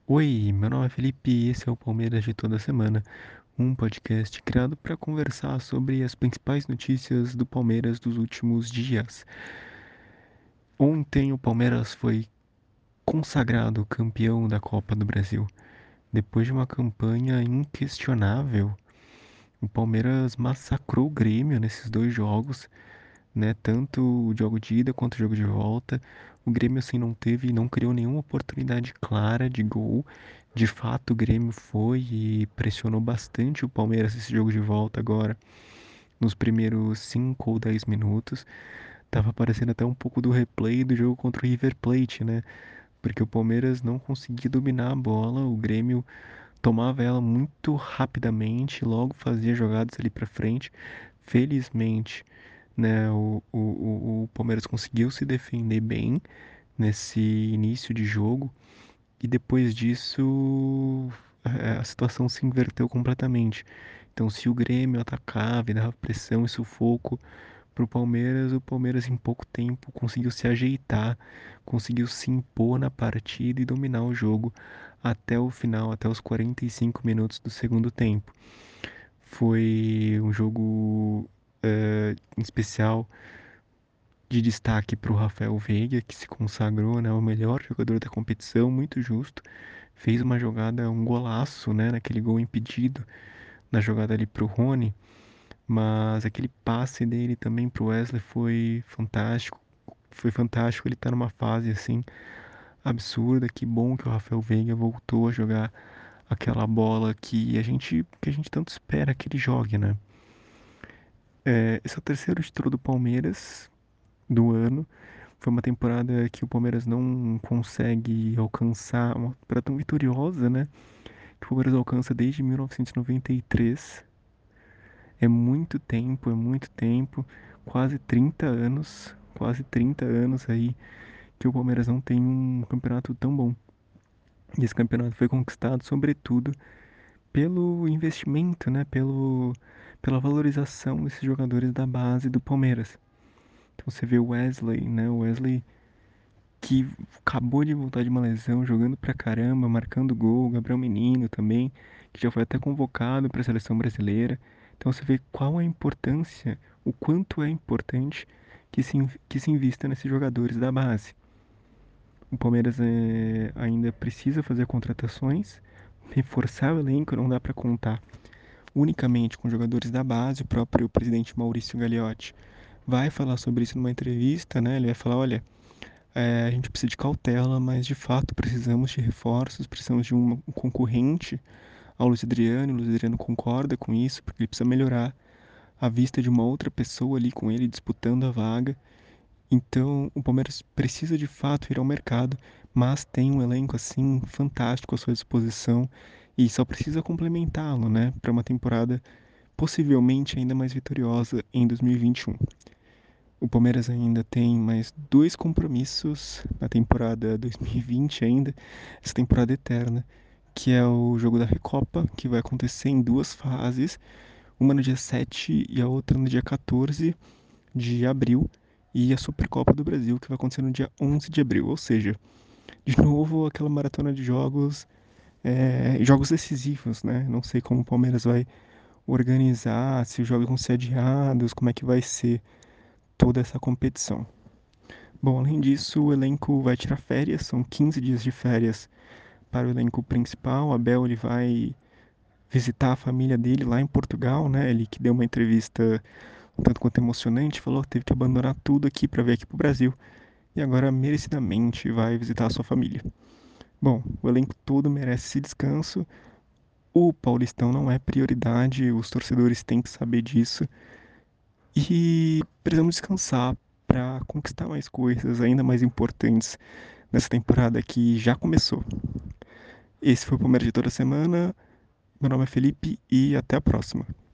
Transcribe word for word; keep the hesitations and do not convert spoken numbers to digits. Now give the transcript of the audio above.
Oi, meu nome é Felipe e esse é o Palmeiras de toda semana, um podcast criado para conversar sobre as principais notícias do Palmeiras dos últimos dias. Ontem o Palmeiras foi consagrado campeão da Copa do Brasil. Depois de uma campanha inquestionável, o Palmeiras massacrou o Grêmio nesses dois jogos, né? Tanto o jogo de ida quanto o jogo de volta. O Grêmio assim não teve, não criou nenhuma oportunidade clara de gol. De fato, o Grêmio foi e pressionou bastante o Palmeiras nesse jogo de volta agora, nos primeiros cinco ou dez minutos. Tava aparecendo até um pouco do replay do jogo contra o River Plate, né? Porque o Palmeiras não conseguia dominar a bola, o Grêmio tomava ela muito rapidamente, logo fazia jogadas ali para frente. Felizmente, né, o, o, o o Palmeiras conseguiu se defender bem nesse início de jogo e depois disso a a situação se inverteu completamente. Então, se o Grêmio atacava e dava pressão e sufoco para o Palmeiras, o Palmeiras em pouco tempo conseguiu se ajeitar, conseguiu se impor na partida e dominar o jogo até o final, até os quarenta e cinco minutos do segundo tempo. Foi um jogo eh, em especial de destaque para o Rafael Veiga, que se consagrou, né, o melhor jogador da competição, muito justo. Fez uma jogada, um golaço, né, naquele gol impedido, na jogada ali pro Rony, mas aquele passe dele também pro Wesley foi fantástico. Foi fantástico, ele tá numa fase assim absurda. Que bom que o Rafael Veiga voltou a jogar aquela bola que a gente que a gente tanto espera que ele jogue, né? É, esse é o terceiro título do Palmeiras do ano. Foi uma temporada que o Palmeiras não consegue alcançar, uma temporada tão vitoriosa, né? Que o Palmeiras alcança desde mil novecentos e noventa e três. É muito tempo, é muito tempo, quase trinta anos, quase trinta anos aí que o Palmeiras não tem um campeonato tão bom. E esse campeonato foi conquistado, sobretudo, pelo investimento, né? Pelo, pela valorização desses jogadores da base do Palmeiras. Então você vê o Wesley, né? O Wesley que acabou de voltar de uma lesão, jogando pra caramba, marcando gol, Gabriel Menino também, que já foi até convocado para a seleção brasileira. Então você vê qual a importância, o quanto é importante que se, que se invista nesses jogadores da base. O Palmeiras é, ainda precisa fazer contratações, reforçar o elenco, não dá para contar unicamente com jogadores da base. O próprio presidente Maurício Gagliotti vai falar sobre isso numa entrevista, né? Ele vai falar, olha, é, a gente precisa de cautela, mas de fato precisamos de reforços, precisamos de um concorrente ao Luiz Adriano. O Luiz Adriano concorda com isso, porque ele precisa melhorar a vista de uma outra pessoa ali com ele disputando a vaga. Então o Palmeiras precisa de fato ir ao mercado, mas tem um elenco assim fantástico à sua disposição e só precisa complementá-lo, né, para uma temporada possivelmente ainda mais vitoriosa em dois mil e vinte e um. O Palmeiras ainda tem mais dois compromissos na temporada dois mil e vinte ainda, essa temporada eterna, que é o jogo da Recopa, que vai acontecer em duas fases, uma no dia sete e a outra no dia quatorze de abril, e a Supercopa do Brasil, que vai acontecer no dia onze de abril. Ou seja, de novo aquela maratona de jogos, é, jogos decisivos, né? Não sei como o Palmeiras vai organizar, se os jogos vão ser adiados, como é que vai ser toda essa competição. Bom, além disso, o elenco vai tirar férias, são quinze dias de férias para o elenco principal. O Abel ele vai visitar a família dele lá em Portugal, né? Ele que deu uma entrevista um tanto quanto emocionante, falou que teve que abandonar tudo aqui para vir aqui para o Brasil e agora merecidamente vai visitar a sua família. Bom, o elenco todo merece esse descanso. O Paulistão não é prioridade, os torcedores têm que saber disso e precisamos descansar para conquistar mais coisas ainda mais importantes nessa temporada que já começou. Esse foi o Palmeiras de toda semana. Meu nome é Felipe e até a próxima.